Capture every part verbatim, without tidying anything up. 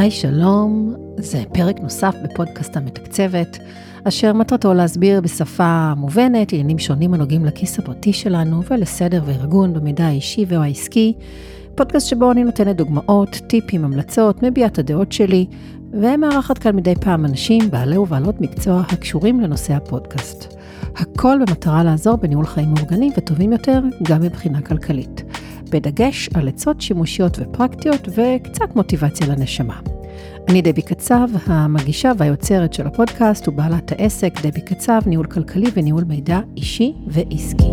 היי שלום, זה פרק נוסף בפודקאסט המתקצבת, אשר מטרתו להסביר בשפה מובנת עניינים שונים הנוגעים לכיס הפרטי שלנו ולסדר וארגון במידע האישי או העסקי, פודקאסט שבו אני נותנת דוגמאות, טיפים, המלצות, מביעה את הדעות שלי, ומארחת כאן מדי פעם אנשים, בעלי ובעלות מקצוע הקשורים לנושא הפודקאסט. הכל במטרה לעזור בניהול חיים מאורגנים וטובים יותר גם מבחינה כלכלית. בדגש על עצות שימושיות ופרקטיות וקצת מוטיבציה לנשמה. אני דבי קצב, המגישה והיוצרת של הפודקאסט ובעלת העסק דבי קצב, ניהול כלכלי וניהול מידע אישי ועסקי.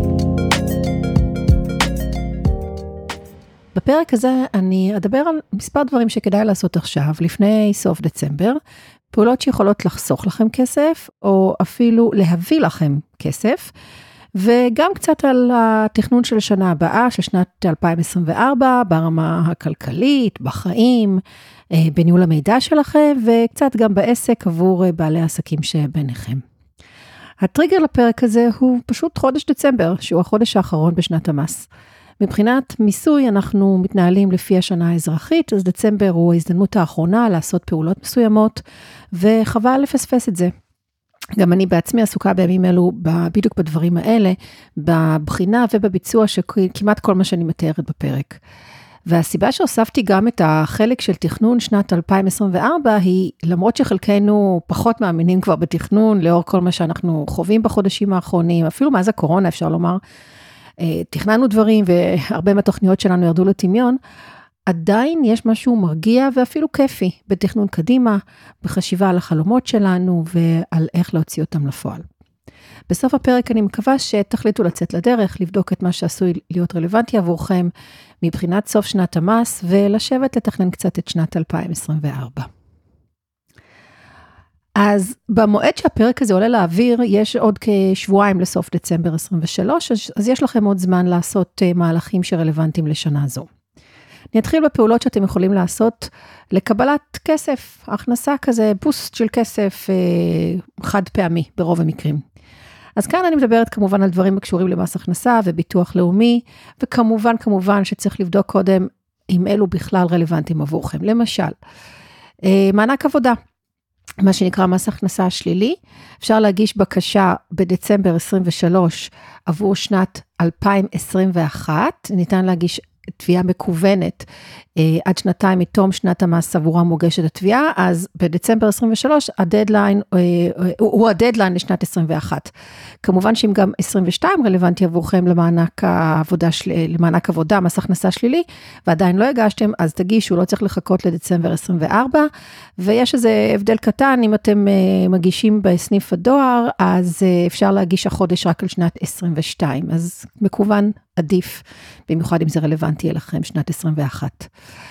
בפרק הזה אני אדבר על מספר דברים שכדאי לעשות עכשיו, לפני סוף דצמבר, פעולות שיכולות לחסוך לכם כסף, או אפילו להביא לכם כסף, וגם קצת על התכנון של השנה הבאה, של שנת אלפיים עשרים וארבע, ברמה הכלכלית, בחיים, בניהול המידע שלכם, וקצת גם בעסק עבור בעלי העסקים שביניכם. הטריגר לפרק הזה הוא פשוט חודש דצמבר, שהוא החודש האחרון בשנת המס. מבחינת מיסוי אנחנו מתנהלים לפי השנה האזרחית, אז דצמבר הוא ההזדמנות האחרונה לעשות פעולות מסוימות, וחבל לפספס את זה. גם אני בעצמי עסוקה בימים אלו בדיוק בדברים האלה, בבחינה ובביצוע שכמעט כל מה שאני מתארת בפרק. והסיבה שהוספתי גם את החלק של תכנון שנת אלפיים עשרים וארבע היא, למרות שחלקנו פחות מאמינים כבר בתכנון, לאור כל מה שאנחנו חווים בחודשים האחרונים, אפילו מאז הקורונה אפשר לומר, תכננו דברים והרבה מהתוכניות שלנו ירדו לטמיון, עדיין יש משהו מרגיע ואפילו כיפי בתכנון קדימה, בחשיבה על החלומות שלנו ועל איך להוציא אותם לפועל. בסוף הפרק אני מקווה שתחליטו לצאת לדרך, לבדוק את מה שעשוי להיות רלוונטי עבורכם מבחינת סוף שנת המס, ולשבת לתכנן קצת את שנת אלפיים עשרים וארבע. אז במועד שהפרק הזה עולה לאוויר, יש עוד כשבועיים לסוף דצמבר עשרים ושלוש, אז יש לכם עוד זמן לעשות מהלכים שרלוונטיים לשנה זו. אני אתחיל בפעולות שאתם יכולים לעשות לקבלת כסף, הכנסה כזה, בוסט של כסף חד פעמי ברוב המקרים. אז כאן אני מדברת כמובן על דברים הקשורים למס הכנסה וביטוח לאומי, וכמובן כמובן שצריך לבדוק קודם אם אלו בכלל רלוונטיים עבורכם. למשל, מענק עבודה. מה שנקרא מס הכנסה שלילי, אפשר להגיש בקשה בדצמבר עשרים ושלוש עבור שנת אלפיים עשרים ואחת, ניתן להגיש תביעה מקוונת עד שנתיים מתום שנת המס עבורה מוגשת התביעה, אז בדצמבר עשרים ושלוש הדדליין הוא הדדליין לשנת עשרים ואחת. כמובן שאם גם עשרים ושתיים רלוונטי עבורכם למענק העבודה, למענק עבודה, מס הכנסה שלילי, ועדיין לא הגשתם, אז תגישו, לא צריך לחכות לדצמבר עשרים וארבע, ויש איזה הבדל קטן, אם אתם מגישים בסניף הדואר, אז אפשר להגיש החודש רק על שנת עשרים ושתיים, אז מקוון עדיף, במיוחד אם זה רלוונטי אליכם, שנת עשרים ואחת.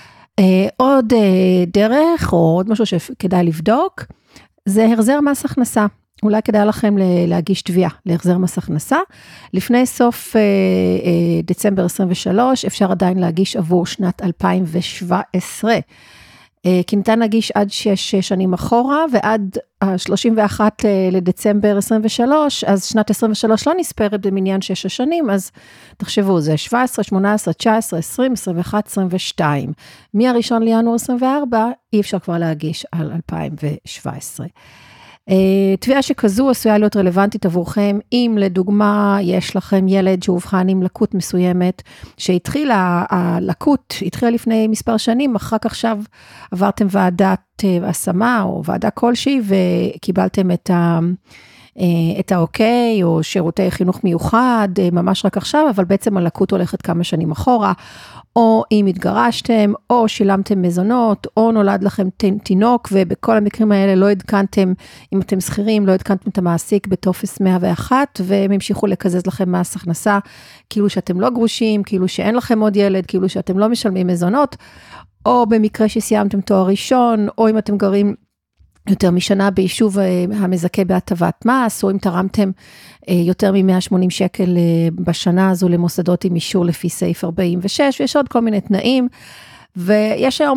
עוד דרך, או עוד משהו שכדאי לבדוק, זה החזר מס הכנסה. אולי כדאי לכם להגיש תביעה להחזר מס הכנסה. לפני סוף דצמבר עשרים ושלוש, אפשר עדיין להגיש עבור שנת אלפיים שבע עשרה. כי ניתן להגיש עד שש שנים אחורה, ועד ה-שלושים ואחד לדצמבר עשרים ושלוש, אז שנת עשרים ושלוש לא נספרת במניין שש השנים, אז תחשבו, זה שבע עשרה, שמונה עשרה, תשע עשרה, עשרים, עשרים ואחת, עשרים ושתיים. מהראשון לינואר עשרים וארבע, אי אפשר כבר להגיש על אלפיים שבע עשרה. תביעה שכזו עשויה להיות רלוונטית עבורכם, אם לדוגמה יש לכם ילד שאובחן עם לקות מסוימת, שהתחילה, הלקות התחילה לפני מספר שנים, אחר כך עכשיו עברתם ועדת השמה או ועדה כלשהי, וקיבלתם את ה... את האוקיי, או שירותי חינוך מיוחד, ממש רק עכשיו, אבל בעצם הלקות הולכת כמה שנים אחורה, או אם התגרשתם, או שילמתם מזונות, או נולד לכם תינוק, ובכל המקרים האלה לא עדכנתם, אם אתם שכירים, לא עדכנתם את המעסיק בטופס מאה ואחת, והם המשיכו לקזז לכם מס הכנסה, כאילו שאתם לא גרושים, כאילו שאין לכם עוד ילד, כאילו שאתם לא משלמים מזונות, או במקרה שסיימתם תואר ראשון, או אם אתם גרים יותר משנה ביישוב המזכה בהטבת מס, או אם תרמתם יותר מ-מאה ושמונים שקל בשנה הזו למוסדות עם אישור לפי סעיף ארבעים ושש, ויש עוד כל מיני תנאים, ויש היום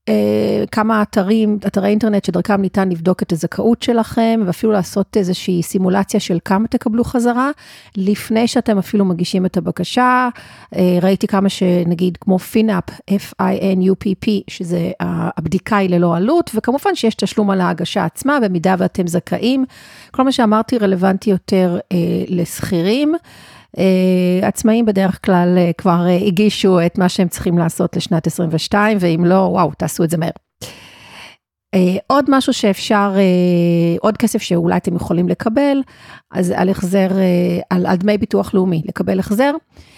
כמה אתרים, אתרי אינטרנט שדרכם ניתן לבדוק את הזכאות שלכם, ואפילו לעשות איזושהי סימולציה של כמה תקבלו חזרה, לפני שאתם אפילו מגישים את הבקשה. ראיתי כמה שנגיד כמו פינאפ, F-I-N-U-P-P, שזה הבדיקה היא ללא עלות, וכמובן שיש תשלום על ההגשה עצמה, במידה ואתם זכאים. כל מה שאמרתי רלוונטי יותר לשכירים, עצמאים בדרך כלל כבר הגישו את מה שהם צריכים לעשות לשנת עשרים ושתיים, ואם לא, וואו, תעשו את זה מהר. עוד משהו שאפשר, עוד כסף שאולי אתם יכולים לקבל, אז על החזר, על, על דמי ביטוח לאומי, לקבל החזר,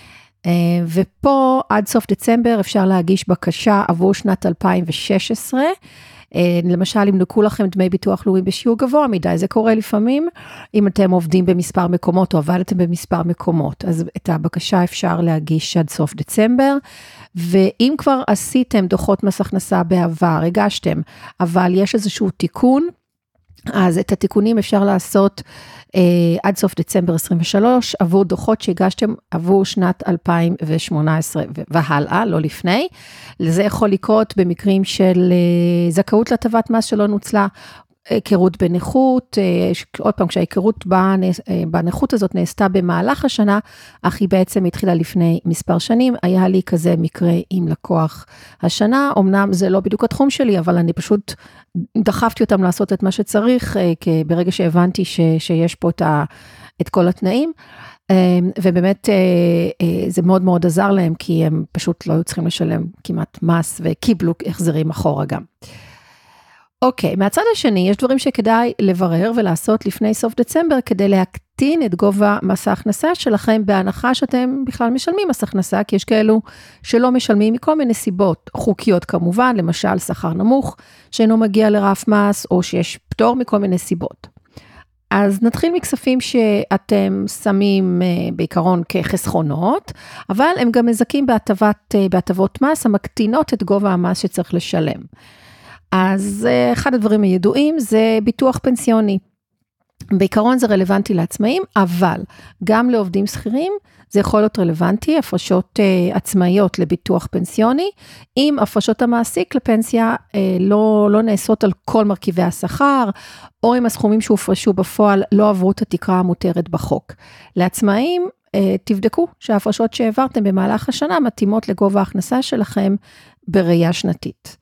ופה עד סוף דצמבר אפשר להגיש בקשה עבור שנת אלפיים ושש עשרה, למשל, אם נקו לכם דמי ביטוח לאומי בשיעור גבוה מדי, זה קורה לפעמים, אם אתם עובדים במספר מקומות, או עבדתם במספר מקומות, אז את הבקשה אפשר להגיש עד סוף דצמבר, ואם כבר עשיתם דוחות מס הכנסה בעבר, הגשתם, אבל יש איזשהו תיקון, אז את התיקונים אפשר לעשות אה, עד סוף דצמבר עשרים ושלוש, עבור דוחות שהגשתם עבור שנת אלפיים שמונה עשרה והלאה, לא לפני. לזה יכול לקרות במקרים של אה, זכאות להטבת מס שלא נוצלה, היכרות בנכות, עוד פעם כשההיכרות בנכות הזאת נעשתה במהלך השנה, אך היא בעצם התחילה לפני מספר שנים, היה לי כזה מקרה עם לקוח השנה, אמנם זה לא בדיוק התחום שלי, אבל אני פשוט דחפתי אותם לעשות את מה שצריך, ברגע שהבנתי ש, שיש פה את, ה, את כל התנאים, ובאמת זה מאוד מאוד עזר להם, כי הם פשוט לא היו צריכים לשלם כמעט מס, וקיבלו החזרים אחורה גם. אוקיי, מהצד השני, יש דברים שכדאי לברר ולעשות לפני סוף דצמבר, כדי להקטין את גובה מס ההכנסה שלכם, בהנחה שאתם בכלל משלמים מס הכנסה, כי יש כאלו שלא משלמים מכל מיני סיבות חוקיות כמובן, למשל שכר נמוך, שאינו מגיע לרף מס, או שיש פטור מכל מיני סיבות. אז נתחיל מכספים שאתם שמים בעיקרון כחסכונות, אבל הם גם מזכים בהטבת, בהטבות מס, המקטינות את גובה המס שצריך לשלם. אז אחד הדברים הידועים זה ביטוח פנסיוני. בעיקרון זה רלוונטי לעצמאים, אבל גם לעובדים שכירים זה יכול להיות רלוונטי, הפרשות עצמאיות לביטוח פנסיוני, אם הפרשות המעסיק לפנסיה לא, לא נעשות על כל מרכיבי השכר, או אם הסכומים שהופרשו בפועל לא עברו את התקרה המותרת בחוק. לעצמאים, תבדקו שההפרשות שהעברתם במהלך השנה מתאימות לגובה ההכנסה שלכם בראייה שנתית.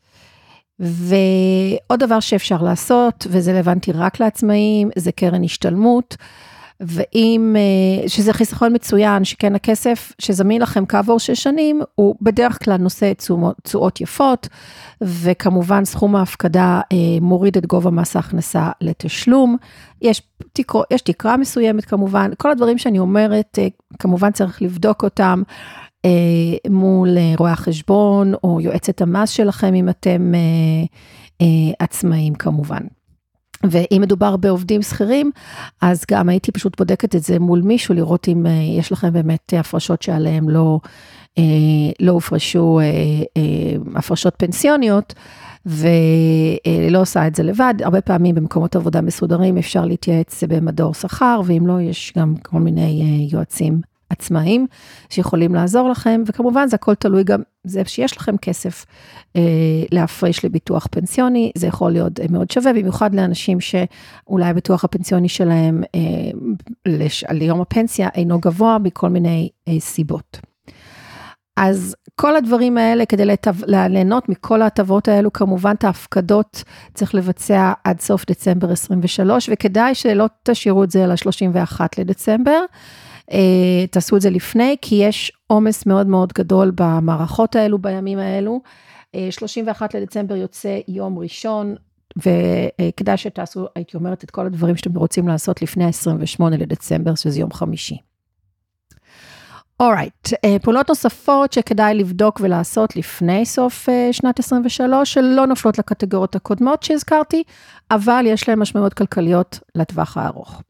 ועוד דבר שאפשר לעשות, וזה רלוונטי רק לעצמאים, זה קרן השתלמות, ואם, שזה חיסכון מצוין, שכן הכסף שזמין לכם כעבור שש שנים, הוא בדרך כלל נושא תשואות יפות, וכמובן סכום ההפקדה מוריד את גובה מס ההכנסה לתשלום, יש תקרה, יש תקרה מסוימת כמובן, כל הדברים שאני אומרת, כמובן צריך לבדוק אותם, מול רואי החשבון, או יועצת המס שלכם, אם אתם עצמאים כמובן. ואם מדובר בעובדים שכירים, אז גם הייתי פשוט בודקת את זה מול מישהו, לראות אם יש לכם באמת הפרשות שעליהם לא, לא הופרשו הפרשות פנסיוניות, ולא עושה את זה לבד. הרבה פעמים במקומות עבודה מסודרים אפשר להתייעץ במדור שכר, ואם לא, יש גם כל מיני יועצים עצמאים שיכולים לעזור לכם, וכמובן זה הכל תלוי גם, זה שיש לכם כסף אה, להפריש לביטוח פנסיוני, זה יכול להיות מאוד שווה, במיוחד לאנשים שאולי הביטוח הפנסיוני שלהם אה, לש, ליום הפנסיה אינו גבוה מכל מיני אה, סיבות. אז כל הדברים האלה, כדי לתו, ליהנות מכל ההטבות האלו, כמובן את ההפקדות צריך לבצע עד סוף דצמבר עשרים ושלוש, וכדאי שלא תשאירו את זה ל-שלושים ואחד לדצמבר, תעשו את זה לפני, כי יש עומס מאוד מאוד גדול במערכות האלו, בימים האלו. שלושים ואחד לדצמבר יוצא יום ראשון, וכדאי שתעשו, הייתי אומרת, את כל הדברים שאתם רוצים לעשות לפני ה-עשרים ושמונה לדצמבר, שזה יום חמישי. אורייט, פעולות נוספות שכדאי לבדוק ולעשות לפני סוף שנת עשרים ושלוש, שלא נופלות לקטגוריות הקודמות שהזכרתי, אבל יש להן משמעויות כלכליות לטווח הארוך.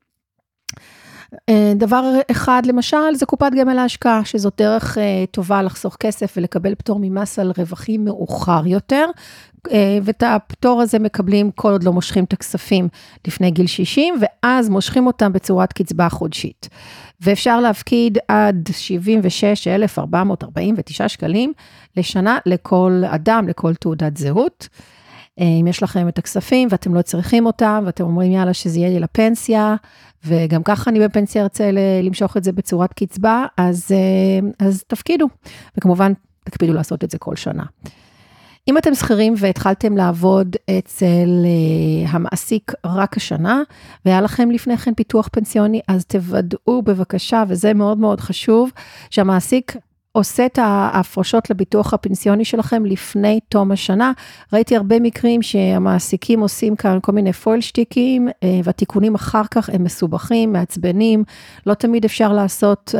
דבר אחד למשל זה קופת גמל להשקעה, שזאת דרך טובה לחסוך כסף ולקבל פטור ממס על רווחים מאוחר יותר, ואת הפטור הזה מקבלים כל עוד לא מושכים את הכספים לפני גיל שישים, ואז מושכים אותם בצורת קצבה חודשית. ואפשר להפקיד עד שבעים ושש אלף ארבע מאות ארבעים ותשעה שקלים לשנה לכל אדם, לכל תעודת זהות. אם יש לכם את הכספים ואתם לא צריכים אותם, ואתם אומרים יאללה שזה יהיה לי לפנסיה, וגם ככה אני בפנסיה ארצה למשוך את זה בצורת קצבה, אז, אז תפקידו, וכמובן תקפידו לעשות את זה כל שנה. אם אתם שכירים והתחלתם לעבוד אצל המעסיק רק השנה, והיה לכם לפני כן פיתוח פנסיוני, אז תוודאו בבקשה, וזה מאוד מאוד חשוב, שהמעסיק עושה את ההפרשות לביטוח הפנסיוני שלכם לפני תום השנה. ראיתי הרבה מקרים שהמעסיקים עושים כאן כל מיני פוילשטיקים, והתיקונים אחר כך הם מסובכים, מעצבנים, לא תמיד אפשר לעשות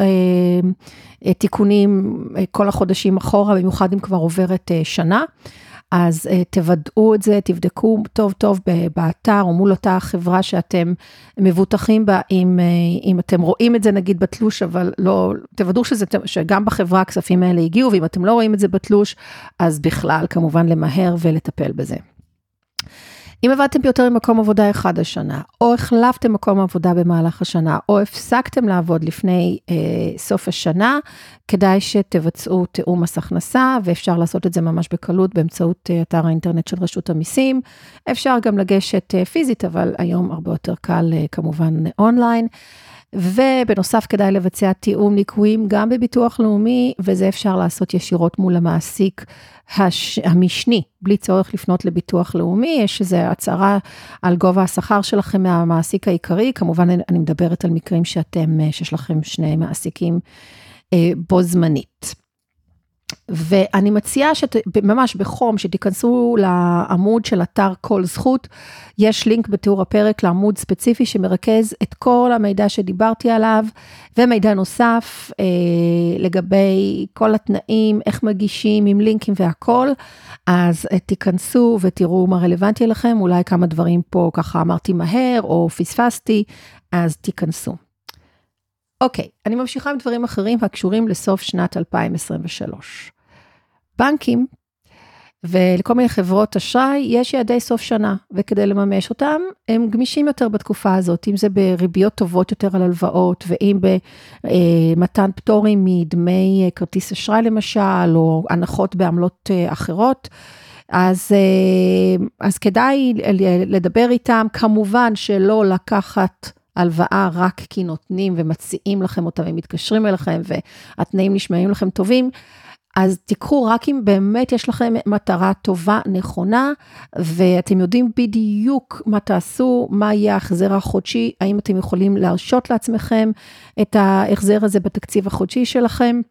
תיקונים כל החודשים אחורה, במיוחד אם כבר עוברת שנה. אז תוודאו את זה, תבדקו טוב טוב באתר, או מול אותה חברה שאתם מבוטחים בה, אם, אם אתם רואים את זה נגיד בתלוש, אבל לא, תוודאו שזה, שגם בחברה הכספים האלה הגיעו, ואם אתם לא רואים את זה בתלוש, אז בכלל כמובן למהר ולטפל בזה. אם עבדתם ביותר ממקום עבודה אחד השנה, או החלפתם מקום עבודה במהלך השנה, או הפסקתם לעבוד לפני אה, סוף השנה, כדאי שתבצעו תיאום מס הכנסה, ואפשר לעשות את זה ממש בקלות, באמצעות אה, אתר האינטרנט של רשות המיסים. אפשר גם לגשת אה, פיזית, אבל היום הרבה יותר קל אה, כמובן אונליין. ובנוסף כדאי לבצע תיאום ניכויים גם בביטוח לאומי, וזה אפשר לעשות ישירות מול המעסיק הש... המשני, בלי צורך לפנות לביטוח לאומי. יש איזו הצהרה על גובה השכר שלכם מהמעסיק העיקרי, כמובן אני מדברת על מקרים שאתם, שיש לכם שני מעסיקים אה, בו זמנית. ואני מציעה שממש בחום, שתיכנסו לעמוד של אתר כל זכות, יש לינק בתיאור הפרק לעמוד ספציפי שמרכז את כל המידע שדיברתי עליו, ומידע נוסף אה, לגבי כל התנאים, איך מגישים עם לינקים והכל, אז אה, תיכנסו ותראו מה רלוונטי לכם, אולי כמה דברים פה ככה אמרתי מהר או פספסתי, אז תיכנסו. אוקיי, אני ממשיכה עם דברים אחרים הקשורים לסוף שנת אלפיים עשרים ושלוש. בנקים ולכל מיני חברות אשראי יש יעדי סוף שנה, וכדי לממש אותם הם גמישים יותר בתקופה הזאת, אם זה בריביות טובות יותר על הלוואות, ואם במתן פטורים מדמי כרטיס אשראי למשל, או הנחות בעמלות אחרות, אז, אז כדאי לדבר איתם, כמובן שלא לקחת הלוואה רק כי נותנים ומציעים לכם אותה ומתקשרים אליכם והתנאים נשמעים לכם טובים, אז תיקחו רק אם באמת יש לכם מטרה טובה, נכונה, ואתם יודעים בדיוק מה תעשו, מה יהיה ההחזר החודשי, האם אתם יכולים להרשות לעצמכם את ההחזר הזה בתקציב החודשי שלכם,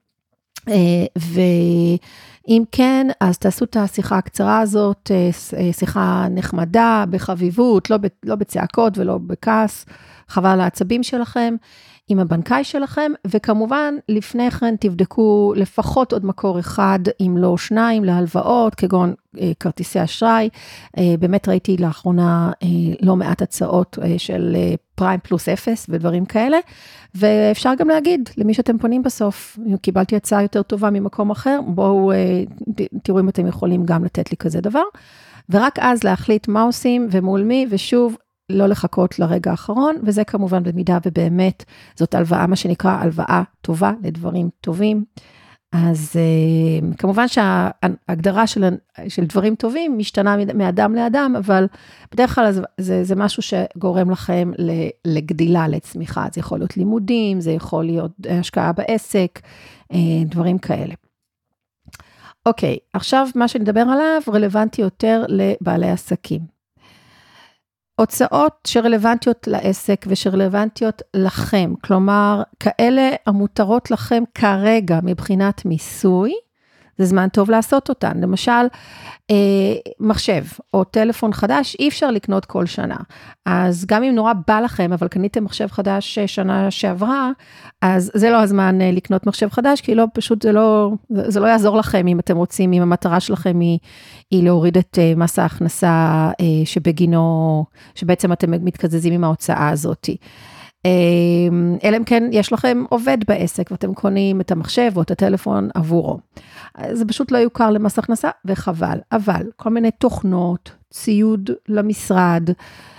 ואם כן, אז תעשו את השיחה הקצרה הזאת, שיחה נחמדה, בחביבות, לא, לא בצעקות ולא בכעס, חבל על העצבים שלכם, עם הבנקאי שלכם, וכמובן לפני כן תבדקו לפחות עוד מקור אחד, אם לא שניים, להלוואות, כגון אה, כרטיסי אשראי, אה, באמת ראיתי לאחרונה אה, לא מעט הצעות אה, של אה, פריים פלוס אפס ודברים כאלה, ואפשר גם להגיד למי שאתם פונים בסוף, אם קיבלתי הצעה יותר טובה ממקום אחר, בואו אה, תראו אם אתם יכולים גם לתת לי כזה דבר, ורק אז להחליט מה עושים ומול מי, ושוב, לא לחכות לרגע האחרון, וזה כמובן במידה ובאמת, זאת הלוואה, מה שנקרא הלוואה טובה לדברים טובים, אז כמובן שההגדרה של, של דברים טובים משתנה מאדם לאדם, אבל בדרך כלל זה, זה, זה משהו שגורם לכם לגדילה, לצמיחה, זה יכול להיות לימודים, זה יכול להיות השקעה בעסק, דברים כאלה. אוקיי, עכשיו מה שנדבר עליו רלוונטי יותר לבעלי עסקים. הוצאות שרלוונטיות לעסק ושרלוונטיות לכם, כלומר, כאלה המותרות לכם כרגע מבחינת מיסוי, זה זמן טוב לעשות אותן. למשל, אה, מחשב או טלפון חדש, אי אפשר לקנות כל שנה. אז גם אם נורא בא לכם, אבל קניתם מחשב חדש שנה שעברה, אז זה לא הזמן לקנות מחשב חדש, כי לא, פשוט זה לא, זה לא יעזור לכם אם אתם רוצים, אם המטרה שלכם היא, היא להוריד את מס ההכנסה שבגינו, שבעצם אתם מתקזזים עם ההוצאה הזאת. אלא אם כן יש לכם עובד בעסק, ואתם קונים את המחשב או את הטלפון עבורו. זה פשוט לא יוכר למס הכנסה, וחבל. אבל כל מיני תוכנות, ציוד למשרד,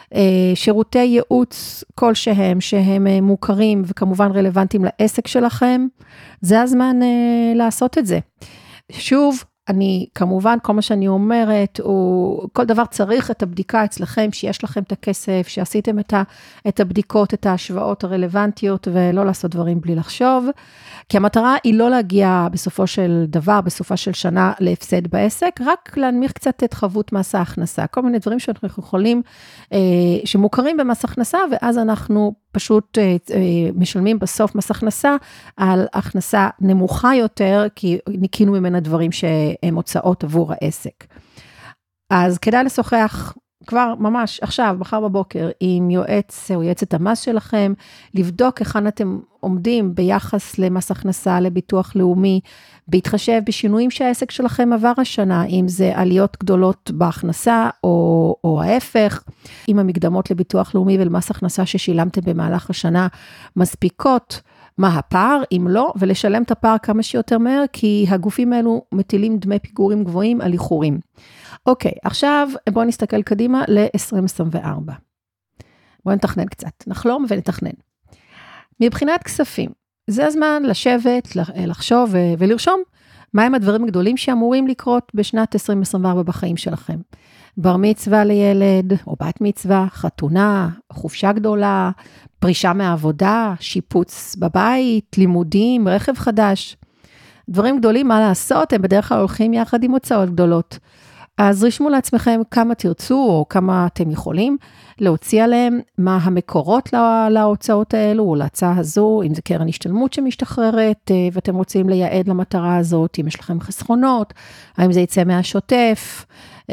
שירותי ייעוץ כלשהם שהם מוכרים וכמובן רלוונטיים לעסק שלכם, זה הזמן לעשות את זה. שוב, אני, כמובן, כל מה שאני אומרת, הוא, כל דבר צריך את הבדיקה אצלכם, שיש לכם את הכסף, שעשיתם את, ה, את הבדיקות, את ההשוואות הרלוונטיות, ולא לעשות דברים בלי לחשוב, כי המטרה היא לא להגיע בסופו של דבר, בסופה של שנה להפסד בעסק, רק להנמיך קצת את חבות מס ההכנסה, כל מיני דברים שאנחנו יכולים, אה, שמוכרים במס הכנסה, ואז אנחנו פשוט אה, אה, משלמים בסוף מס הכנסה, על הכנסה נמוכה יותר, כי ניקינו ממנה דברים שהם הוצאות עבור העסק. אז כדאי לשוחח כבר ממש עכשיו, מחר בבוקר, עם יועץ או יועצת המס שלכם, לבדוק היכן אתם עומדים ביחס למס הכנסה, לביטוח לאומי, בהתחשב בשינויים שהעסק שלכם עבר השנה, אם זה עליות גדולות בהכנסה או, או ההפך, אם המקדמות לביטוח לאומי ולמס הכנסה ששילמתם במהלך השנה מספיקות, מה הפער, אם לא, ולשלם את הפער כמה שיותר מהר, כי הגופים האלו מטילים דמי פיגורים גבוהים על איחורים. אוקיי, עכשיו בואו נסתכל קדימה ל-עשרים עשרים וארבע. בואו נתכנן קצת, נחלום ונתכנן. מבחינת כספים, זה הזמן לשבת, לחשוב ולרשום, מהם הדברים הגדולים שאמורים לקרות בשנת עשרים עשרים וארבע בחיים שלכם. בר מצווה לילד, או בת מצווה, חתונה, חופשה גדולה, פרישה מהעבודה, שיפוץ בבית, לימודים, רכב חדש. דברים גדולים, מה לעשות, הם בדרך כלל הולכים יחד עם הוצאות גדולות. אז רשמו לעצמכם כמה תרצו, או כמה אתם יכולים להוציא עליהם, מה המקורות לה, להוצאות האלו, או להצעה הזו, אם זה קרן השתלמות שמשתחררת, ואתם רוצים לייעד למטרה הזאת, אם יש לכם חסכונות, האם זה יצא מהשוטף,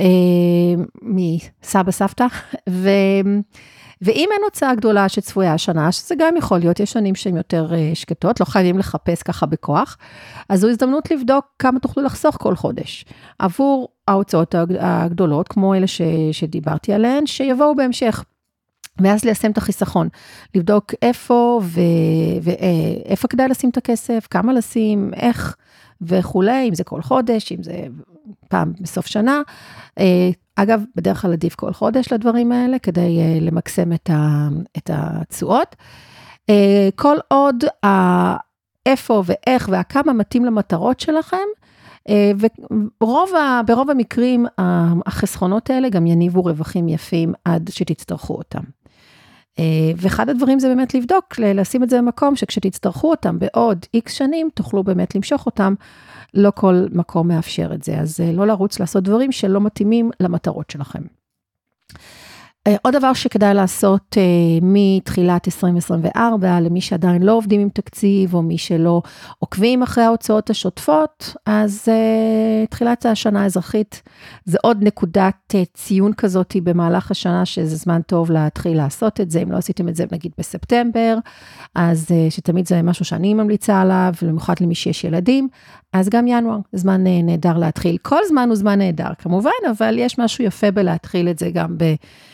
מסבא סבתא, ו... ואם אין הוצאה גדולה שצפויה השנה, שזה גם יכול להיות, יש שנים שהן יותר שקטות, לא חייבים לחפש ככה בכוח, אז זו הזדמנות לבדוק כמה תוכלו לחסוך כל חודש, עבור ההוצאות הגדולות, כמו אלה ש, שדיברתי עליהן, שיבואו בהמשך, ואז ליישם את החיסכון, לבדוק איפה ו, ואיפה כדאי לשים את הכסף, כמה לשים, איך וכולי, אם זה כל חודש, אם זה פעם בסוף שנה, אגב, בדרך כלל עדיף כל חודש לדברים האלה, כדי למקסם את התשואות. כל עוד איפה ואיך והכמה מתאים למטרות שלכם, וברוב המקרים החסכונות האלה גם יניבו רווחים יפים עד שתצטרכו אותם. ואחד הדברים זה באמת לבדוק, לשים את זה במקום שכשתצטרכו אותם בעוד איקס שנים, תוכלו באמת למשוך אותם, לא כל מקום מאפשר את זה, אז לא לרוץ לעשות דברים שלא מתאימים למטרות שלכם. עוד דבר שכדאי לעשות מתחילת עשרים עשרים וארבע, למי שעדיין לא עובדים עם תקציב, או מי שלא עוקבים אחרי ההוצאות השוטפות, אז תחילת השנה האזרחית, זה עוד נקודת ציון כזאת במהלך השנה, שזה זמן טוב להתחיל לעשות את זה, אם לא עשיתם את זה נגיד בספטמבר, אז שתמיד זה משהו שאני ממליצה עליו, במיוחד למי שיש ילדים, אז גם ינואר, זמן נהדר להתחיל. כל זמן הוא זמן נהדר כמובן, אבל יש משהו יפה בלהתחיל את זה גם ב...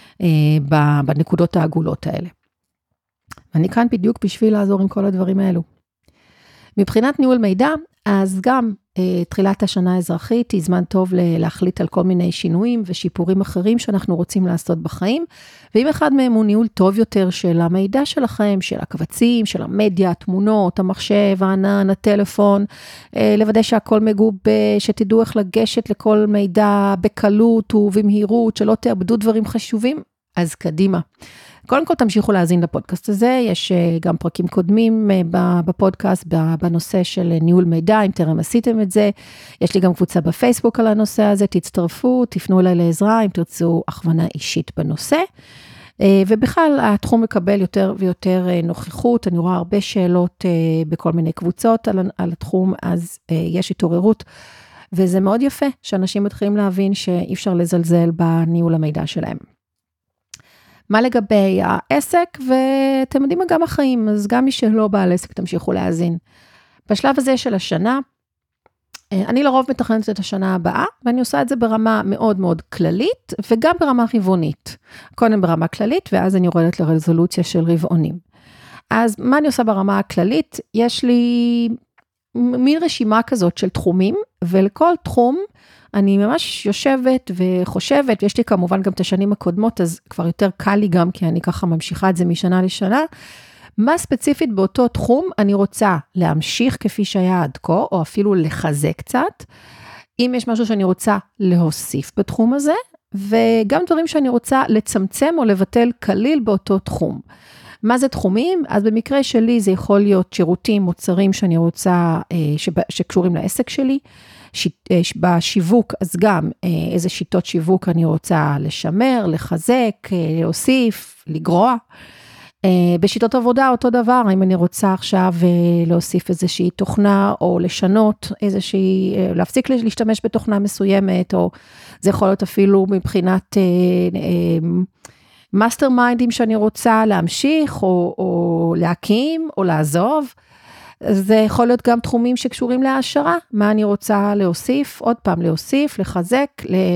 בנקודות העגולות האלה. אני כאן בדיוק בשביל לעזור עם כל הדברים האלו. מבחינת ניהול מידע, אז גם תחילת השנה האזרחית היא זמן טוב להחליט על כל מיני שינויים ושיפורים אחרים שאנחנו רוצים לעשות בחיים, ואם אחד מהם הוא ניהול טוב יותר של המידע שלכם, של הקבצים, של המדיה, התמונות, המחשב, הענן, הטלפון, לוודא שהכל מגובה, שתדעו איך לגשת לכל מידע בקלות ובמהירות, שלא תאבדו דברים חשובים, אז קדימה. קודם כל תמשיכו להאזין לפודקאסט הזה, יש גם פרקים קודמים בפודקאסט בנושא של ניהול מידע, אם טרם עשיתם את זה, יש לי גם קבוצה בפייסבוק על הנושא הזה, תצטרפו, תפנו אליי לעזרה, אם תרצו הכוונה אישית בנושא, ובכלל התחום מקבל יותר ויותר נוכחות, אני רואה הרבה שאלות בכל מיני קבוצות על, על התחום, אז יש התעוררות, וזה מאוד יפה שאנשים מתחילים להבין שאי אפשר לזלזל בניהול המידע שלהם. מה לגבי העסק, ואתם יודעים מה גם החיים, אז גם מי שלא בעל עסק תמשיכו להאזין. בשלב הזה של השנה, אני לרוב מתכננת את השנה הבאה, ואני עושה את זה ברמה מאוד מאוד כללית, וגם ברמה רבעונית. קודם ברמה כללית, ואז אני יורדת לרזולוציה של רבעונים. אז מה אני עושה ברמה הכללית? יש לי מין רשימה כזאת של תחומים, ולכל תחום אני ממש יושבת וחושבת, ויש לי כמובן גם את השנים הקודמות, אז כבר יותר קל לי גם, כי אני ככה ממשיכה את זה משנה לשנה, מה ספציפית באותו תחום אני רוצה להמשיך כפי שהיה עד כה, או אפילו לחזק קצת, אם יש משהו שאני רוצה להוסיף בתחום הזה, וגם דברים שאני רוצה לצמצם או לבטל כליל באותו תחום. מה זה תחומים? אז במקרה שלי זה יכול להיות שירותים, מוצרים שאני רוצה, שקשורים לעסק שלי, בשיווק, אז גם איזה שיטות שיווק אני רוצה לשמר, לחזק, להוסיף, לגרוע. בשיטות עבודה אותו דבר, אם אני רוצה עכשיו להוסיף איזושהי תוכנה, או לשנות איזושהי, להפסיק להשתמש בתוכנה מסוימת, או זה יכול להיות אפילו מבחינת מאסטר מיינדים שאני רוצה להמשיך, או, או להקים, או לעזוב. זה יכול להיות גם תחומים שקשורים להעשרה, מה אני רוצה להוסיף, עוד פעם להוסיף, לחזק,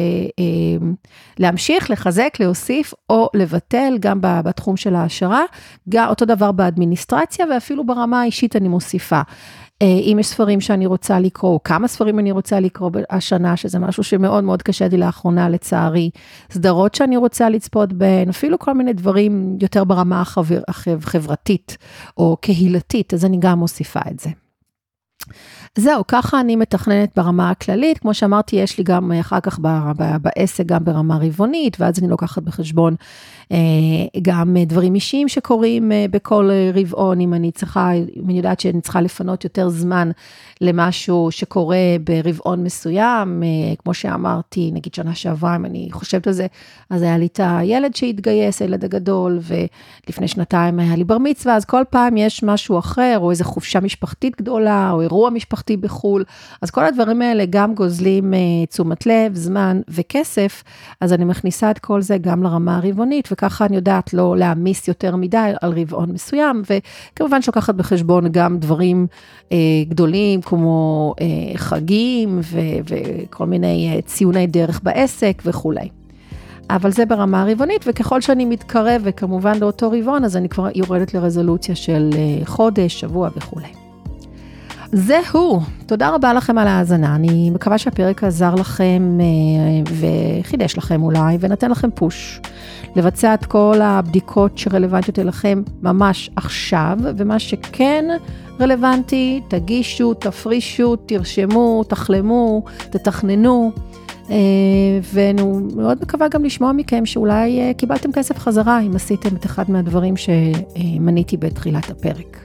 להמשיך, לחזק, להוסיף, או לבטל גם בתחום של ההעשרה, גם אותו דבר באדמיניסטרציה, ואפילו ברמה האישית אני מוסיפה. אם יש ספרים שאני רוצה לקרוא, כמה ספרים אני רוצה לקרוא השנה, שזה משהו שמאוד מאוד קשה לי לאחרונה לצערי, סדרות שאני רוצה לצפות בהן, אפילו כל מיני דברים יותר ברמה החבר, החברתית או קהילתית, אז אני גם מוסיפה את זה. זהו, ככה אני מתכננת ברמה הכללית, כמו שאמרתי, יש לי גם אחר כך בעסק, גם ברמה רבעונית, ואז אני לוקחת בחשבון גם דברים אישיים שקורים בכל רבעון, אם אני צריכה, אם אני יודעת שאני צריכה לפנות יותר זמן למשהו שקורה ברבעון מסוים, כמו שאמרתי, נגיד שנה שעברה, אם אני חושבת על זה, אז היה לי את הילד שהתגייס, הילד הגדול, ולפני שנתיים היה לי בר מצווה, אז כל פעם יש משהו אחר, או איזו חופשה משפחתית גדולה, או אירוע משפחתי בחול, אז כל הדברים האלה גם גוזלים תשומת לב, זמן וכסף, אז אני מכניסה את כל זה גם לרמה הרבעונית, וככה אני יודעת לא להעמיס יותר מדי על רבעון מסוים, וכמובן שלוקחת בחשבון גם דברים אה, גדולים, כמו אה, חגים, ו- וכל מיני אה, ציוני דרך בעסק וכו'. אבל זה ברמה הרבעונית, וככל שאני מתקרב, וכמובן לאותו רבעון, אז אני כבר יורדת לרזולוציה של אה, חודש, שבוע וכו'. זהו, תודה רבה לכם על ההאזנה, אני מקווה שהפרק עזר לכם וחידש לכם אולי, ונתן לכם פוש, לבצע את כל הבדיקות שרלוונטיות אליכם ממש עכשיו, ומה שכן רלוונטי, תגישו, תפרישו, תרשמו, תחלמו, תתכננו, ואני מאוד מקווה גם לשמוע מכם שאולי קיבלתם כסף חזרה, אם עשיתם את אחד מהדברים שמניתי בתחילת הפרק.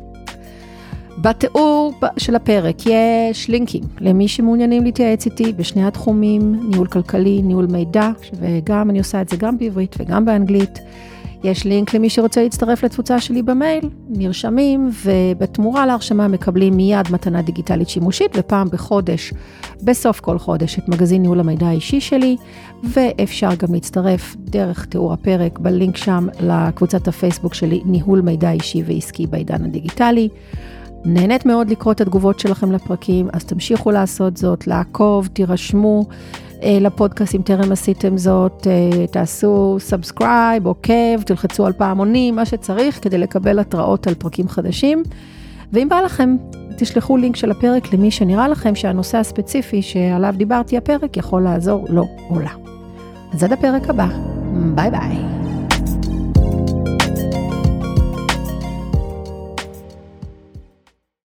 בתיאור של הפרק יש לינקים למי שמעוניינים להתייעץ איתי בשני התחומים, ניהול כלכלי, ניהול מידע, וגם אני עושה את זה גם בעברית וגם באנגלית. יש לינק למי שרוצה להצטרף לתפוצה שלי במייל, נרשמים, ובתמורה להרשמה מקבלים מיד מתנה דיגיטלית שימושית, ופעם בחודש, בסוף כל חודש, את מגזין ניהול המידע האישי שלי, ואפשר גם להצטרף דרך תיאור הפרק בלינק שם לקבוצת הפייסבוק שלי, ניהול מידע אישי ועסקי בעידן הדיגיטלי. נהנית מאוד לקרוא את התגובות שלכם לפרקים, אז תמשיכו לעשות זאת, לעקוב, תירשמו אה, לפודקאסט אם טרם עשיתם זאת, אה, תעשו סאבסקרייב, עוקב, תלחצו על פעמונים, מה שצריך כדי לקבל התראות על פרקים חדשים, ואם בא לכם, תשלחו לינק של הפרק למי שנראה לכם שהנושא הספציפי שעליו דיברתי הפרק יכול לעזור לו או לה. אז עד הפרק הבא, ביי ביי.